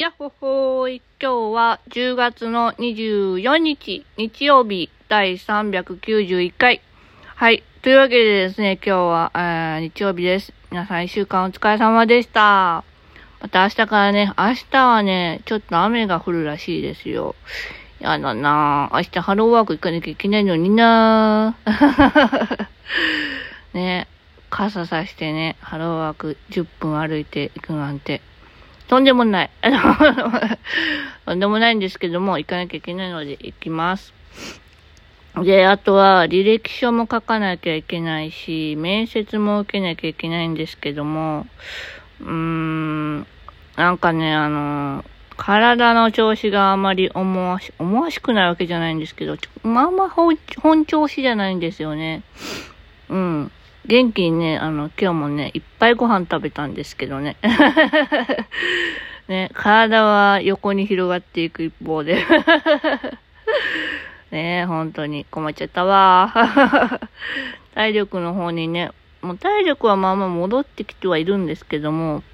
やっほほーい。今日は10月の24日、日曜日、第391回。はい。というわけでですね、今日は、日曜日です。皆さん一週間お疲れ様でした。また明日からね、明日はね、ちょっと雨が降るらしいですよ。やだなぁ。明日ハローワーク行かなきゃいけないのになぁ。ね、傘さしてね、ハローワーク10分歩いていくなんて。とんでもない。とんでもないんですけども、行かなきゃいけないので行きます。で、あとは、履歴書も書かなきゃいけないし、面接も受けなきゃいけないんですけども、なんかね、体の調子があまり思わしくないわけじゃないんですけど、まあまあ本調子じゃないんですよね。うん。元気にね、今日もね、いっぱいご飯食べたんですけどね。ね、体は横に広がっていく一方で。ね、本当に困っちゃったわ。体力の方にね、もう体力はまあまあ戻ってきてはいるんですけども、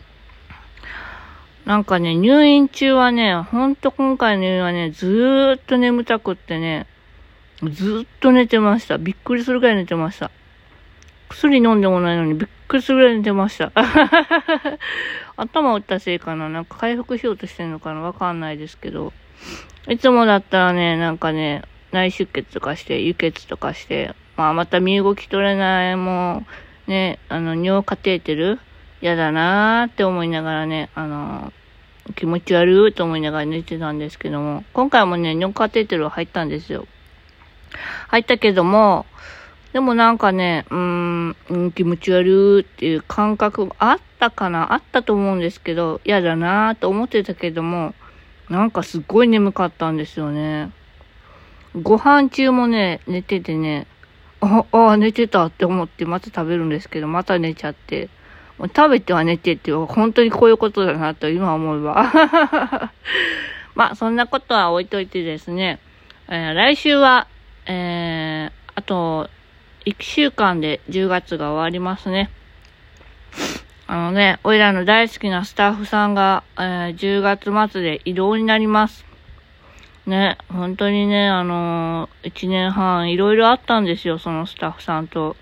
なんかね、入院中はね、ほんと今回の入院はね、ずーっと眠たくってね、ずーっと寝てました。びっくりするぐらい寝てました。薬飲んでもないのにびっくりするぐらい寝てました。頭打ったせいかな、なんか回復しようとしてんのかな、わかんないですけど。いつもだったらね、なんかね、内出血とかして、輸血とかして、また身動き取れない、もう、ね、尿カテーテル嫌だなーって思いながらね、気持ち悪いと思いながら寝てたんですけども、今回もね、尿カテーテル入ったんですよ。入ったけども、でもなんかね、気持ち悪いっていう感覚あったと思うんですけど、嫌だなーと思ってたけども、なんかすっごい眠かったんですよね。ご飯中もね、寝ててね、寝てたって思ってまた食べるんですけど、また寝ちゃって、もう食べては寝てって、本当にこういうことだなと今思えば。そんなことは置いといてですね、来週は、あと、1週間で10月が終わりますね。おいらの大好きなスタッフさんが、10月末で異動になります。ね、本当にね、1年半いろいろあったんですよ、そのスタッフさんと。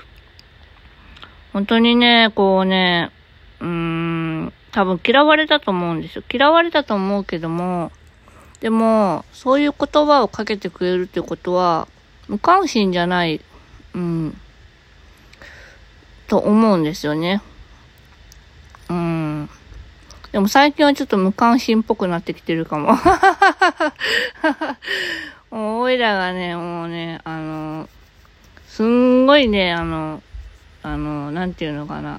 本当にね、こうね、多分嫌われたと思うんですよ。嫌われたと思うけども、でも、そういう言葉をかけてくれるってことは、無関心じゃない、と思うんですよね。でも最近はちょっと無関心っぽくなってきてるかも。もうおいらがね、もうね、すんごいね、なんていうのかな。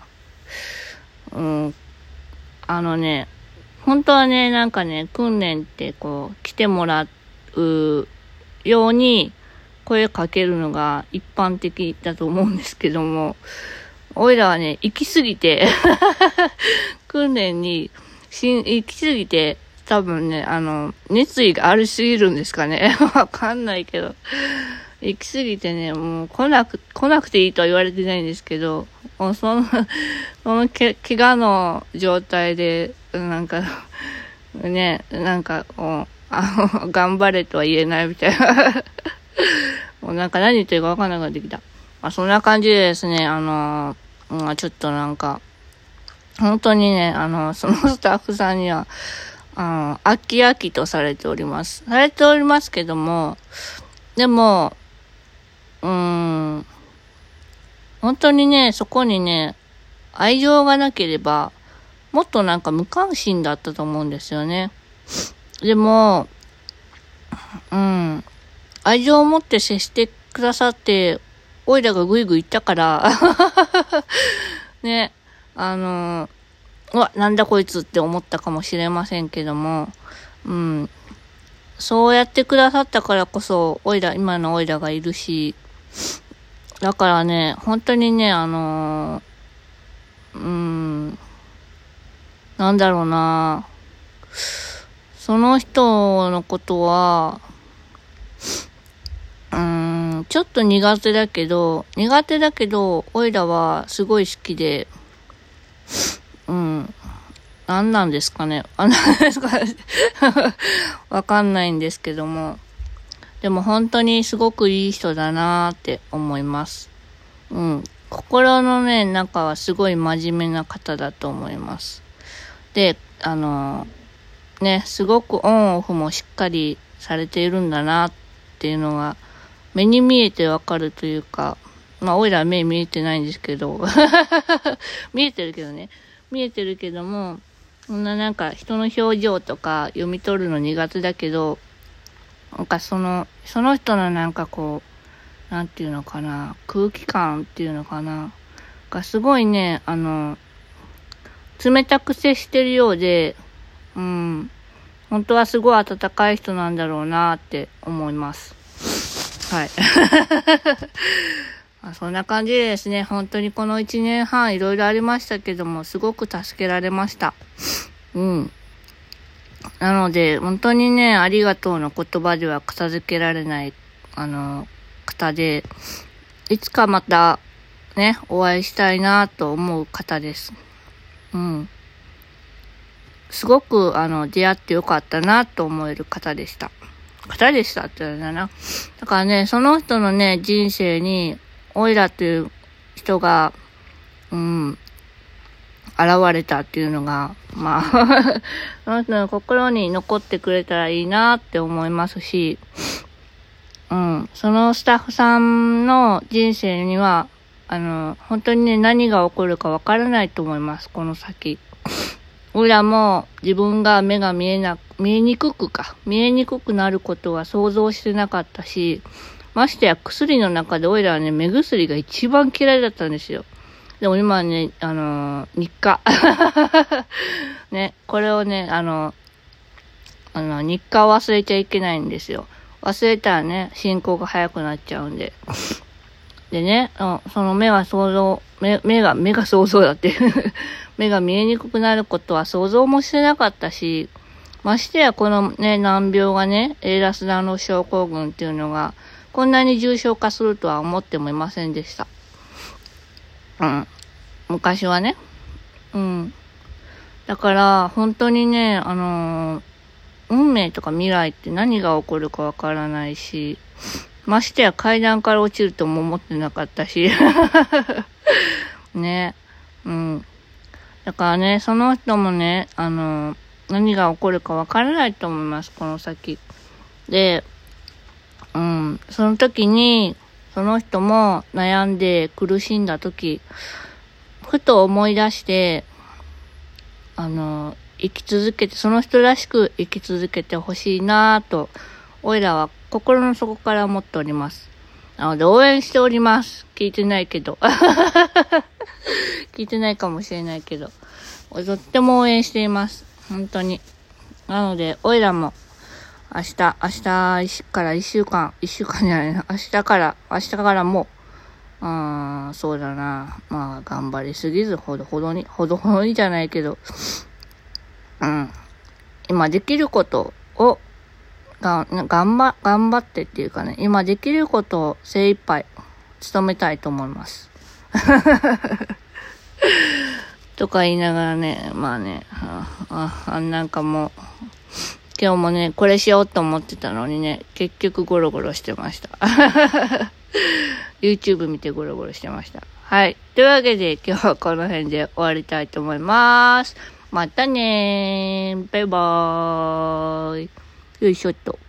本当はね、なんかね、訓練ってこう、来てもらうように声かけるのが一般的だと思うんですけども、おいらはね、行き過ぎて、訓練に行き過ぎて、多分ね、熱意がありすぎるんですかね。わかんないけど。行き過ぎてね、もう来なくていいとは言われてないんですけど、もうその怪我の状態で、なんか、ね、なんか、頑張れとは言えないみたいな。もうなんか何言ってるかわかんなくなってきた。そんな感じでですね、ちょっとなんか、本当にね、そのスタッフさんには、飽きとされております。されておりますけども、でも、本当にね、そこにね、愛情がなければ、もっとなんか無関心だったと思うんですよね。でも、愛情を持って接してくださって、おいらがぐいぐい言ったから、ね、なんだこいつって思ったかもしれませんけども、そうやってくださったからこそ、今のおいらがいるし、だからね、本当にね、なんだろうな、その人のことは、ちょっと苦手だけど、おいらはすごい好きで、 何なんですかね。何なんですかね。わかんないんですけども。でも本当にすごくいい人だなーって思います。うん。心のね、中はすごい真面目な方だと思います。で、ね、すごくオンオフもしっかりされているんだなっていうのが目に見えてわかるというか、まあ、おいらは目見えてないんですけど、見えてるけどね。見えてるけども、なんか人の表情とか読み取るの苦手だけど、なんかその人のなんかこう、なんていうのかな、空気感っていうのかな、がすごいね、冷たく接してるようで、うん、本当はすごい温かい人なんだろうなって思います。はい。そんな感じでですね、本当にこの1年半いろいろありましたけども、すごく助けられました。うん。なので、本当にね、ありがとうの言葉では片付けられない、方で、いつかまた、ね、お会いしたいなと思う方です。うん。すごく、出会ってよかったなと思える方でした。って言うんだな。だからね、その人のね、人生に、オイラという人が、現れたっていうのが、まあ、その人の心に残ってくれたらいいなって思いますし、そのスタッフさんの人生には、本当にね、何が起こるかわからないと思います、この先。オイラも自分が目が見えにくくなることは想像してなかったし、ましてや薬の中でオイラはね、目薬が一番嫌いだったんですよ。でも今ね、日課。ね、これをね、日課を忘れちゃいけないんですよ。忘れたらね、進行が早くなっちゃうんで。でね、その目が想像だって。目が見えにくくなることは想像もしてなかったし、ましてやこのね、難病がね、エーラスダウン症候群っていうのが、こんなに重症化するとは思ってもいませんでした。昔はね。だから、本当にね、運命とか未来って何が起こるかわからないし、ましてや階段から落ちるとも思ってなかったし。ね。だからね、その人もね、何が起こるかわからないと思います、この先。で、その時に、その人も悩んで苦しんだ時、ふと思い出して、生き続けて、その人らしく生き続けてほしいなぁと、おいらは心の底から思っております。なので応援しております。聞いてないけど。聞いてないかもしれないけど。とっても応援しています。本当に。なので、おいらも、明日から1週間じゃないな。明日からも、そうだな。まあ、頑張りすぎず、ほどほどにじゃないけど、今できることを、頑張ってっていうかね、今できることを精一杯努めたいと思います。とか言いながらね、まあね、なんかもう、今日もね、これしようと思ってたのにね、結局ゴロゴロしてました。YouTube 見てゴロゴロしてました。はい。というわけで今日はこの辺で終わりたいと思います。またねー。バイバーイ。よいしょっと。